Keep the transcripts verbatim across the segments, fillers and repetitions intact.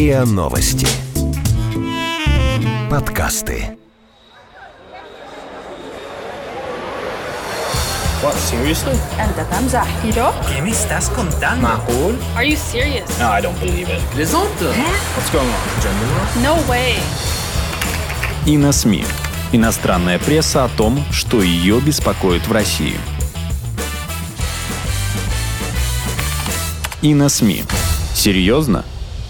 РИА Новости. Подкасты. What, seriously? أنت تمزح. Yo? ¿Qué me estás contando? معقول? Are you serious? No, I don't believe it. Plaisante? What's going on? Gender? No way. Иносми. Иностранная пресса о том, что ее беспокоит в России. Иносми. Серьезно?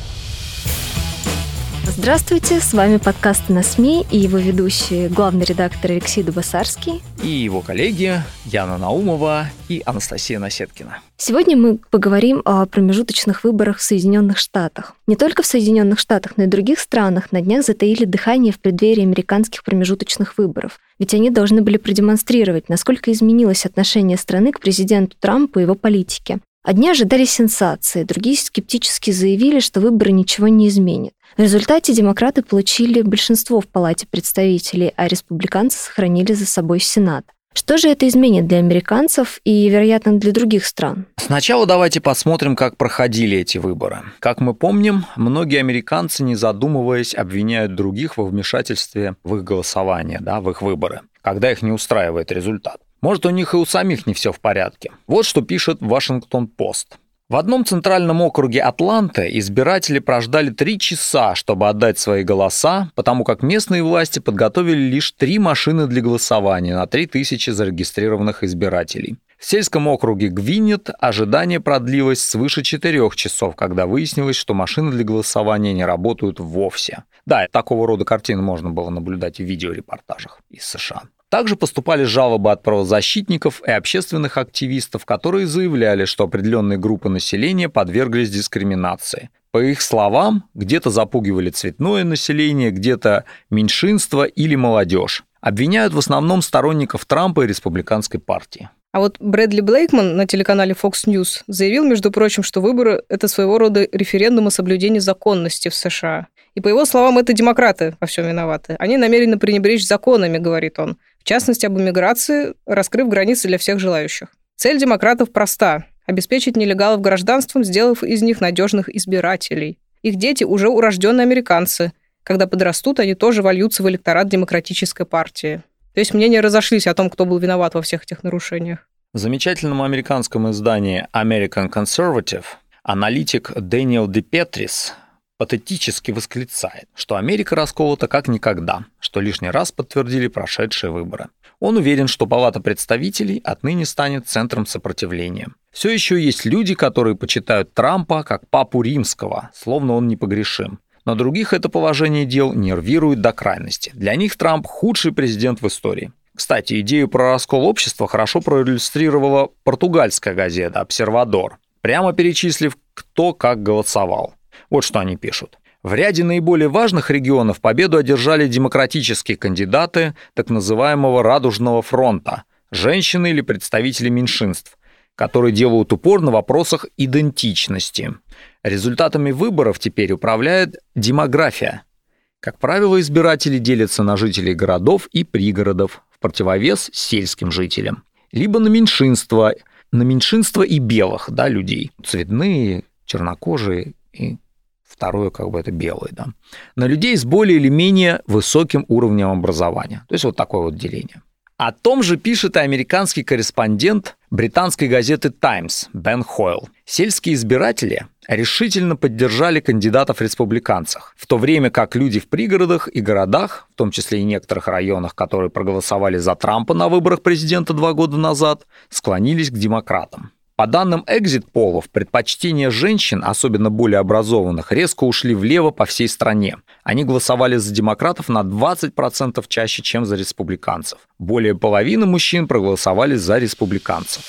Здравствуйте, с вами подкаст «Иносми» и его ведущие, главный редактор Алексей Дубасарский и его коллеги Яна Наумова и Анастасия Насеткина. Сегодня мы поговорим о промежуточных выборах в Соединенных Штатах. Не только в Соединенных Штатах, но и в других странах на днях затаили дыхание в преддверии американских промежуточных выборов. Ведь они должны были продемонстрировать, насколько изменилось отношение страны к президенту Трампу и его политике. Одни ожидали сенсации, другие скептически заявили, что выборы ничего не изменят. В результате демократы получили большинство в Палате представителей, а республиканцы сохранили за собой Сенат. Что же это изменит для американцев и, вероятно, для других стран? Сначала давайте посмотрим, как проходили эти выборы. Как мы помним, многие американцы, не задумываясь, обвиняют других во вмешательстве в их голосование, да, в их выборы, когда их не устраивает результат. Может, у них и у самих не все в порядке. Вот что пишет Вашингтон-Пост. В одном центральном округе Атланты избиратели прождали три часа, чтобы отдать свои голоса, потому как местные власти подготовили лишь три машины для голосования на три тысячи зарегистрированных избирателей. В сельском округе Гвиннет ожидание продлилось свыше четырех часов, когда выяснилось, что машины для голосования не работают вовсе. Да, такого рода картины можно было наблюдать в видеорепортажах из США. Также поступали жалобы от правозащитников и общественных активистов, которые заявляли, что определенные группы населения подверглись дискриминации. По их словам, где-то запугивали цветное население, где-то меньшинство или молодежь. Обвиняют в основном сторонников Трампа и республиканской партии. А вот Брэдли Блейкман на телеканале Fox News заявил, между прочим, что выборы – это своего рода референдум о соблюдении законности в США. И по его словам, это демократы во всем виноваты. Они намерены пренебречь законами, говорит он. В частности, об иммиграции, раскрыв границы для всех желающих. Цель демократов проста – обеспечить нелегалов гражданством, сделав из них надежных избирателей. Их дети уже урожденные американцы. Когда подрастут, они тоже вольются в электорат демократической партии. То есть мнения разошлись о том, кто был виноват во всех этих нарушениях. В замечательном американском издании American Conservative аналитик Дэниел Ди Петрис патетически восклицает, что Америка расколота как никогда, что лишний раз подтвердили прошедшие выборы. Он уверен, что Палата представителей отныне станет центром сопротивления. Все еще есть люди, которые почитают Трампа как папу римского, словно он непогрешим. Но других это положение дел нервирует до крайности. Для них Трамп – худший президент в истории. Кстати, идею про раскол общества хорошо проиллюстрировала португальская газета «Обсервадор», прямо перечислив, кто как голосовал. Вот что они пишут. В ряде наиболее важных регионов победу одержали демократические кандидаты так называемого «Радужного фронта», женщины или представители меньшинств, которые делают упор на вопросах идентичности. Результатами выборов теперь управляет демография. Как правило, избиратели делятся на жителей городов и пригородов, в противовес сельским жителям, либо на меньшинства, на меньшинства и белых, да, людей, цветные, чернокожие и второе, как бы это белые, да, на людей с более или менее высоким уровнем образования. То есть вот такое вот деление. О том же пишет и американский корреспондент британской газеты «Таймс» Бен Хойл. Сельские избиратели решительно поддержали кандидатов-республиканцев, в то время как люди в пригородах и городах, в том числе и некоторых районах, которые проголосовали за Трампа на выборах президента два года назад, склонились к демократам. По данным экзит-полов, предпочтения женщин, особенно более образованных, резко ушли влево по всей стране. Они голосовали за демократов на двадцать процентов чаще, чем за республиканцев. Более половины мужчин проголосовали за республиканцев.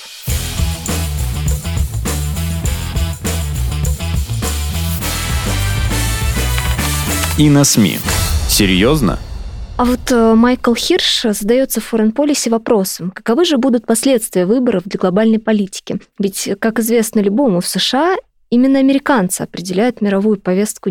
Иносми. Серьезно? А вот э, Майкл Хирш задается в Foreign Policy вопросом, каковы же будут последствия выборов для глобальной политики? Ведь, как известно любому, в США именно американцы определяют мировую повестку дня.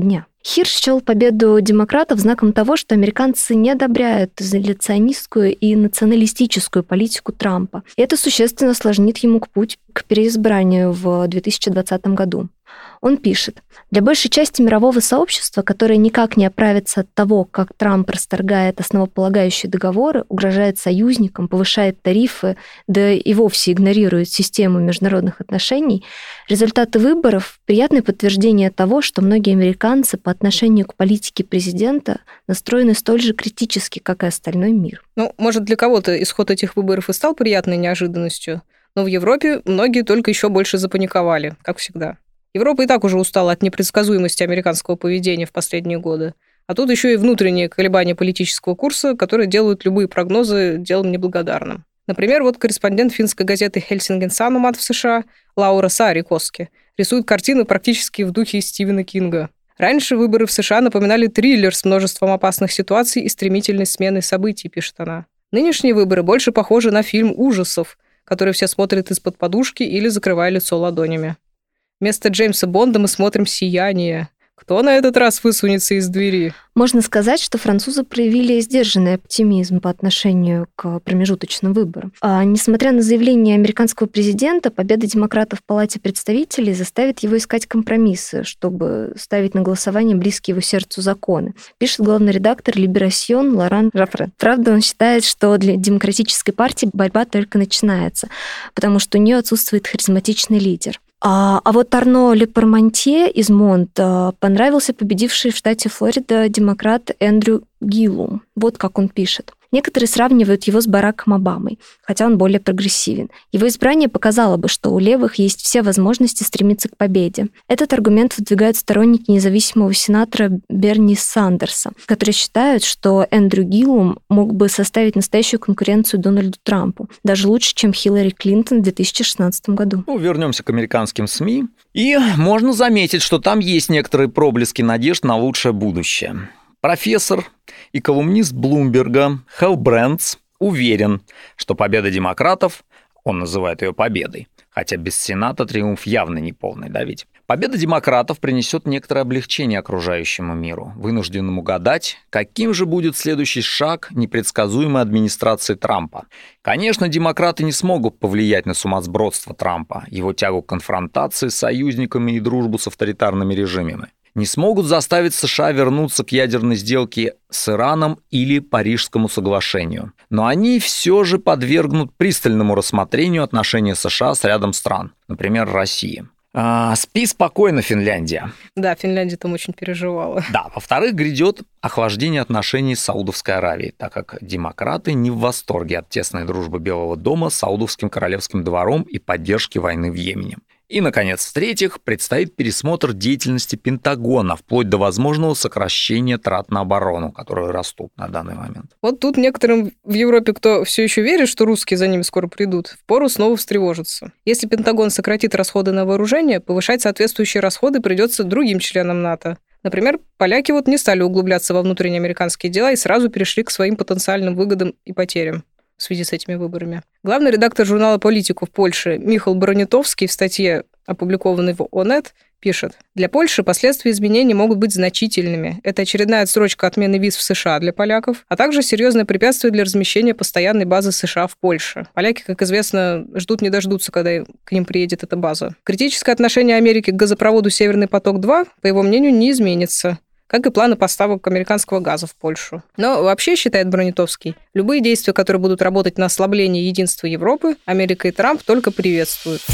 Хирш счел победу демократов знаком того, что американцы не одобряют изоляционистскую и националистическую политику Трампа. И это существенно осложнит ему путь к переизбранию в две тысячи двадцатом году. Он пишет: «Для большей части мирового сообщества, которое никак не оправится от того, как Трамп расторгает основополагающие договоры, угрожает союзникам, повышает тарифы, да и вовсе игнорирует систему международных отношений, результаты выборов – приятное подтверждение того, что многие американцы по отношению к политике президента настроены столь же критически, как и остальной мир». Ну, может, для кого-то исход этих выборов и стал приятной неожиданностью, но в Европе многие только еще больше запаниковали, как всегда. Европа и так уже устала от непредсказуемости американского поведения в последние годы. А тут еще и внутренние колебания политического курса, которые делают любые прогнозы делом неблагодарным. Например, вот корреспондент финской газеты «Хельсинген Санумат» в США Лаура Саарикоски рисует картины практически в духе Стивена Кинга. Раньше выборы в США напоминали триллер с множеством опасных ситуаций и стремительной сменой событий, пишет она. Нынешние выборы больше похожи на фильм ужасов, который все смотрят из-под подушки или закрывая лицо ладонями. Вместо Джеймса Бонда мы смотрим «Сияние». Кто на этот раз высунется из двери? Можно сказать, что французы проявили сдержанный оптимизм по отношению к промежуточным выборам. А, несмотря на заявление американского президента, победа демократов в Палате представителей заставит его искать компромиссы, чтобы ставить на голосование близкие его сердцу законы, пишет главный редактор «Либерасьон» Лоран Жафре. Правда, он считает, что для демократической партии борьба только начинается, потому что у нее отсутствует харизматичный лидер. А, а вот Арно Лепармантье из Монт понравился победивший в штате Флорида демократ Эндрю Гиллум. Вот как он пишет. Некоторые сравнивают его с Бараком Обамой, хотя он более прогрессивен. Его избрание показало бы, что у левых есть все возможности стремиться к победе. Этот аргумент выдвигают сторонники независимого сенатора Берни Сандерса, которые считают, что Эндрю Гиллум мог бы составить настоящую конкуренцию Дональду Трампу, даже лучше, чем Хиллари Клинтон в две тысячи шестнадцатом году. Ну, вернемся к американским СМИ. И можно заметить, что там есть некоторые проблески надежд на лучшее будущее. Профессор и колумнист Блумберга Хэл Брентс уверен, что победа демократов, он называет ее победой, хотя без Сената триумф явно не полный, да ведь? Победа демократов принесет некоторое облегчение окружающему миру, вынужденному гадать, каким же будет следующий шаг непредсказуемой администрации Трампа. Конечно, демократы не смогут повлиять на сумасбродство Трампа, его тягу к конфронтации с союзниками и дружбу с авторитарными режимами. Не смогут заставить США вернуться к ядерной сделке с Ираном или Парижскому соглашению. Но они все же подвергнут пристальному рассмотрению отношения США с рядом стран, например, России. А, спи спокойно, Финляндия. Да, Финляндия там очень переживала. Да, во-вторых, грядет охлаждение отношений с Саудовской Аравией, так как демократы не в восторге от тесной дружбы Белого дома с Саудовским королевским двором и поддержки войны в Йемене. И, наконец, в-третьих, предстоит пересмотр деятельности Пентагона, вплоть до возможного сокращения трат на оборону, которые растут на данный момент. Вот тут некоторым в Европе, кто все еще верит, что русские за ними скоро придут, впору снова встревожиться. Если Пентагон сократит расходы на вооружение, повышать соответствующие расходы придется другим членам НАТО. Например, поляки вот не стали углубляться во внутренние американские дела и сразу перешли к своим потенциальным выгодам и потерям в связи с этими выборами. Главный редактор журнала «Политику» в Польше Михал Бронитовский в статье, опубликованной в Онет, пишет: «Для Польши последствия изменений могут быть значительными. Это очередная отсрочка отмены виз в США для поляков, а также серьезное препятствие для размещения постоянной базы США в Польше. Поляки, как известно, ждут не дождутся, когда к ним приедет эта база. Критическое отношение Америки к газопроводу «Северный поток-два», по его мнению, не изменится, как и планы поставок американского газа в Польшу. Но вообще, считает Бронитовский, любые действия, которые будут работать на ослабление единства Европы, Америка и Трамп только приветствуют».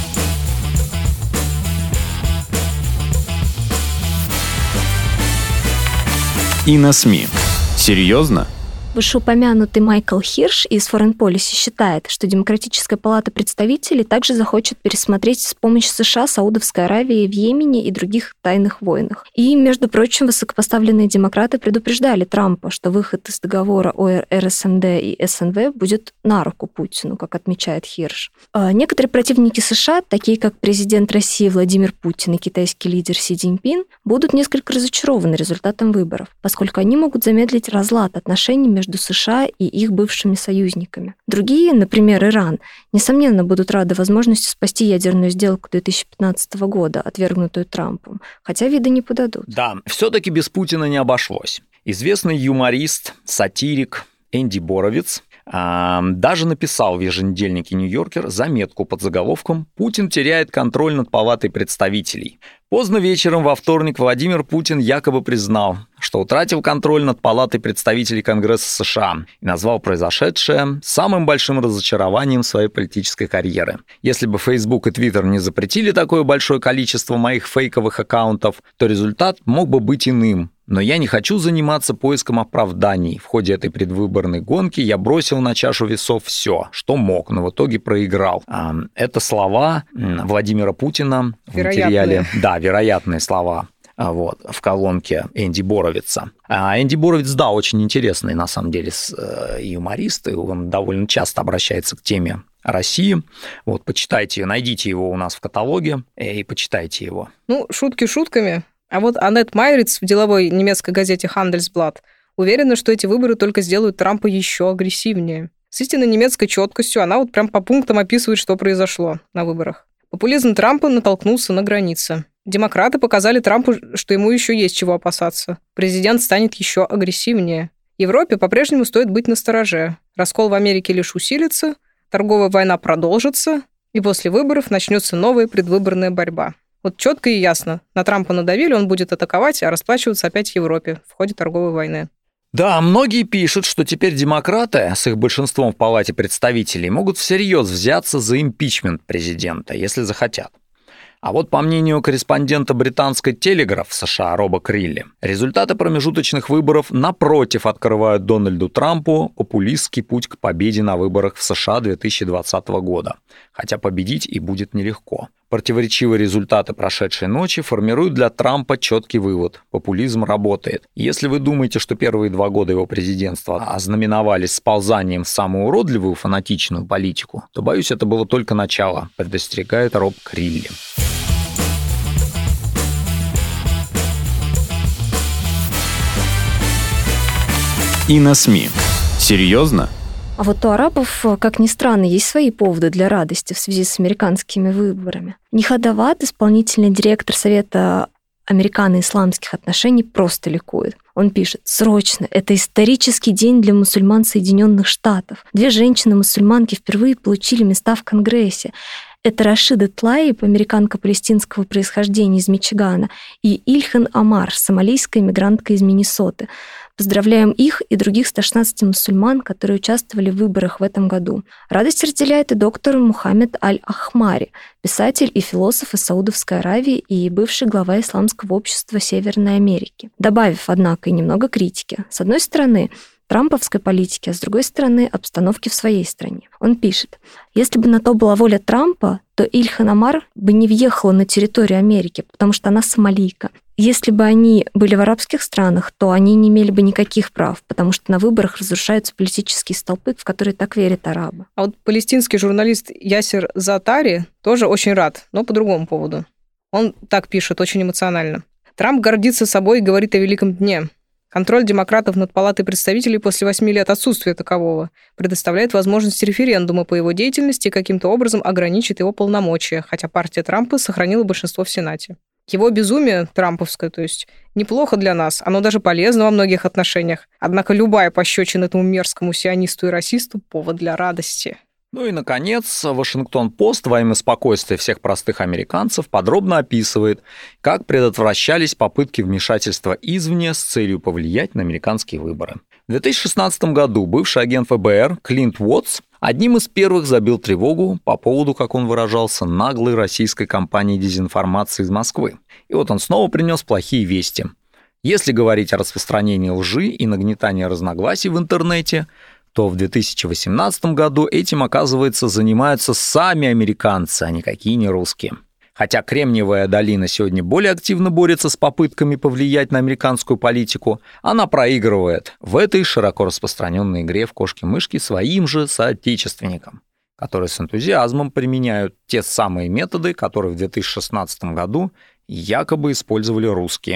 И на СМИ. Серьезно? Вышеупомянутый Майкл Хирш из Foreign Policy считает, что Демократическая палата представителей также захочет пересмотреть с помощью США Саудовской Аравии в Йемене и других тайных войнах. И, между прочим, высокопоставленные демократы предупреждали Трампа, что выход из договора о эр эс эм дэ и эс эн вэ будет на руку Путину, как отмечает Хирш. А некоторые противники США, такие как президент России Владимир Путин и китайский лидер Си Цзиньпин, будут несколько разочарованы результатом выборов, поскольку они могут замедлить разлад отношений между между США и их бывшими союзниками. Другие, например, Иран, несомненно, будут рады возможности спасти ядерную сделку две тысячи пятнадцатого года, отвергнутую Трампом, хотя вида не подадут. Да, все-таки без Путина не обошлось. Известный юморист, сатирик Энди Боровиц даже написал в еженедельнике «Нью-Йоркер» заметку под заголовком «Путин теряет контроль над палатой представителей». Поздно вечером во вторник Владимир Путин якобы признал, что утратил контроль над палатой представителей Конгресса США и назвал произошедшее самым большим разочарованием своей политической карьеры. Если бы Facebook и Twitter не запретили такое большое количество моих фейковых аккаунтов, то результат мог бы быть иным. Но я не хочу заниматься поиском оправданий. В ходе этой предвыборной гонки я бросил на чашу весов все, что мог, но в итоге проиграл. Это слова Владимира Путина в материале. Да, вероятные слова. Вот, в колонке Энди Боровица. А Энди Боровиц, да, очень интересный, на самом деле, юморист, и он довольно часто обращается к теме России. Вот, почитайте, найдите его у нас в каталоге и почитайте его. Ну, шутки шутками. А вот Аннет Майриц в деловой немецкой газете Handelsblatt уверена, что эти выборы только сделают Трампа еще агрессивнее. С истинной немецкой четкостью она вот прям по пунктам описывает, что произошло на выборах. Популизм Трампа натолкнулся на границы. Демократы показали Трампу, что ему еще есть чего опасаться. Президент станет еще агрессивнее. Европе по-прежнему стоит быть настороже. Раскол в Америке лишь усилится, торговая война продолжится, и после выборов начнется новая предвыборная борьба. Вот четко и ясно. На Трампа надавили, он будет атаковать, а расплачиваться опять в Европе в ходе торговой войны. Да, многие пишут, что теперь демократы с их большинством в Палате представителей могут всерьез взяться за импичмент президента, если захотят. А вот по мнению корреспондента британской «Телеграф» в США Роба Крилли, результаты промежуточных выборов напротив открывают Дональду Трампу популистский путь к победе на выборах в США две тысячи двадцатого года. Хотя победить и будет нелегко. Противоречивые результаты прошедшей ночи формируют для Трампа четкий вывод – популизм работает. Если вы думаете, что первые два года его президентства ознаменовались сползанием в самую уродливую фанатичную политику, то, боюсь, это было только начало, предостерегает Роб Крилли. И на СМИ. Серьезно? А вот у арабов, как ни странно, есть свои поводы для радости в связи с американскими выборами. Нихад Авад, исполнительный директор Совета американо-исламских отношений, просто ликует. Он пишет: «Срочно! Это исторический день для мусульман Соединенных Штатов. Две женщины-мусульманки впервые получили места в Конгрессе. Это Рашида Тлаиб, американка палестинского происхождения из Мичигана, и Ильхан Омар, сомалийская мигрантка из Миннесоты. Поздравляем их и других ста шестнадцати мусульман, которые участвовали в выборах в этом году». Радость разделяет и доктор Мухаммед Аль-Ахмари, писатель и философ из Саудовской Аравии и бывший глава Исламского общества Северной Америки, добавив, однако, и немного критики. С одной стороны, трамповской политики, а с другой стороны, обстановки в своей стране. Он пишет: «Если бы на то была воля Трампа, то Ильхан Омар бы не въехала на территорию Америки, потому что она сомалийка. Если бы они были в арабских странах, то они не имели бы никаких прав, потому что на выборах разрушаются политические столпы, в которые так верят арабы». А вот палестинский журналист Ясер Затари тоже очень рад, но по другому поводу. Он так пишет, очень эмоционально. «Трамп гордится собой и говорит о великом дне. Контроль демократов над Палатой представителей после восьми лет отсутствия такового предоставляет возможность референдума по его деятельности и каким-то образом ограничит его полномочия, хотя партия Трампа сохранила большинство в Сенате. Его безумие трамповское, то есть, неплохо для нас, оно даже полезно во многих отношениях. Однако любая пощечина этому мерзкому сионисту и расисту – повод для радости». Ну и, наконец, Вашингтон-Пост во имя спокойствия всех простых американцев подробно описывает, как предотвращались попытки вмешательства извне с целью повлиять на американские выборы. В две тысячи шестнадцатом году бывший агент эф бэ эр Клинт Уотс одним из первых забил тревогу по поводу, как он выражался, наглой российской кампании дезинформации из Москвы. И вот он снова принес плохие вести. Если говорить о распространении лжи и нагнетании разногласий в интернете, то в две тысячи восемнадцатом году этим, оказывается, занимаются сами американцы, а никакие не русские. Хотя Кремниевая долина сегодня более активно борется с попытками повлиять на американскую политику, она проигрывает в этой широко распространенной игре в кошки-мышки своим же соотечественникам, которые с энтузиазмом применяют те самые методы, которые в две тысячи шестнадцатом году якобы использовали русские.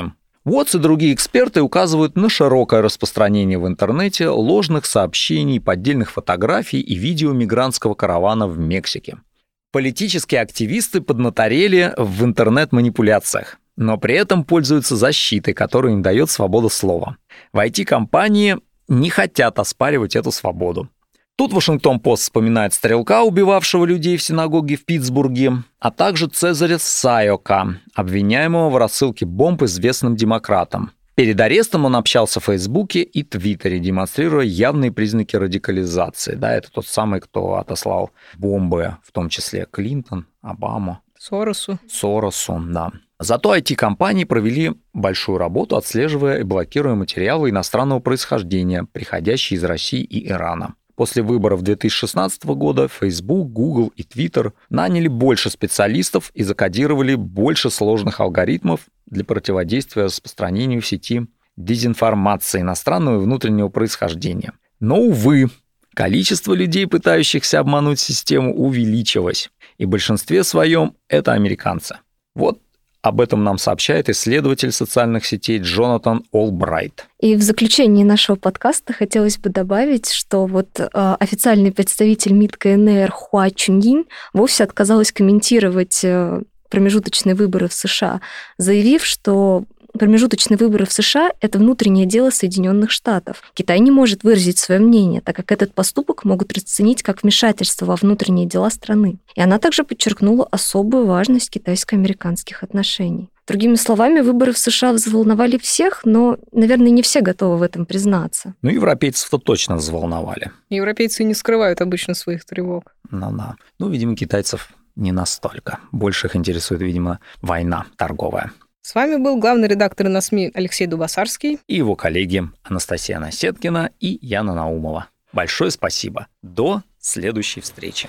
Уотс и другие эксперты указывают на широкое распространение в интернете ложных сообщений, поддельных фотографий и видео мигрантского каравана в Мексике. Политические активисты поднаторели в интернет-манипуляциях, но при этом пользуются защитой, которую им дает свобода слова. В ай ти-компании не хотят оспаривать эту свободу. Тут Вашингтон-Пост вспоминает стрелка, убивавшего людей в синагоге в Питтсбурге, а также Цезаря Сайока, обвиняемого в рассылке бомб известным демократам. Перед арестом он общался в Фейсбуке и Твиттере, демонстрируя явные признаки радикализации. Да, это тот самый, кто отослал бомбы, в том числе Клинтон, Обама. Соросу. Соросу, да. Зато ай ти-компании провели большую работу, отслеживая и блокируя материалы иностранного происхождения, приходящие из России и Ирана. После выборов две тысячи шестнадцатого года Facebook, Google и Twitter наняли больше специалистов и закодировали больше сложных алгоритмов для противодействия распространению в сети дезинформации иностранного и внутреннего происхождения. Но, увы, количество людей, пытающихся обмануть систему, увеличилось. И в большинстве своем это американцы. Вот об этом нам сообщает исследователь социальных сетей Джонатан Олбрайт. И в заключении нашего подкаста хотелось бы добавить, что вот э, официальный представитель МИД ка эн эр Хуа Чуньин вовсе отказалась комментировать э, промежуточные выборы в США, заявив, что промежуточные выборы в США – это внутреннее дело Соединенных Штатов. Китай не может выразить свое мнение, так как этот поступок могут расценить как вмешательство во внутренние дела страны. И она также подчеркнула особую важность китайско-американских отношений. Другими словами, выборы в США взволновали всех, но, наверное, не все готовы в этом признаться. Ну, европейцев-то точно взволновали. Европейцы не скрывают обычно своих тревог. Ну-да. Ну, видимо, китайцев не настолько. Больше их интересует, видимо, война торговая. С вами был главный редактор на СМИ Алексей Дубасарский и его коллеги Анастасия Насеткина и Яна Наумова. Большое спасибо. До следующей встречи.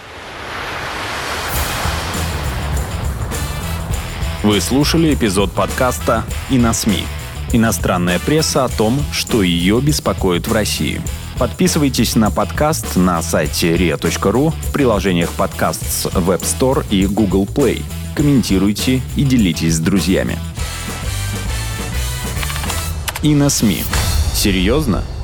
Вы слушали эпизод подкаста «И на СМИ». Иностранная пресса о том, что ее беспокоит в России. Подписывайтесь на подкаст на сайте риа точка ру, в приложениях подкаст с Web Store и Google Play. Комментируйте и делитесь с друзьями. И на СМИ. Серьезно?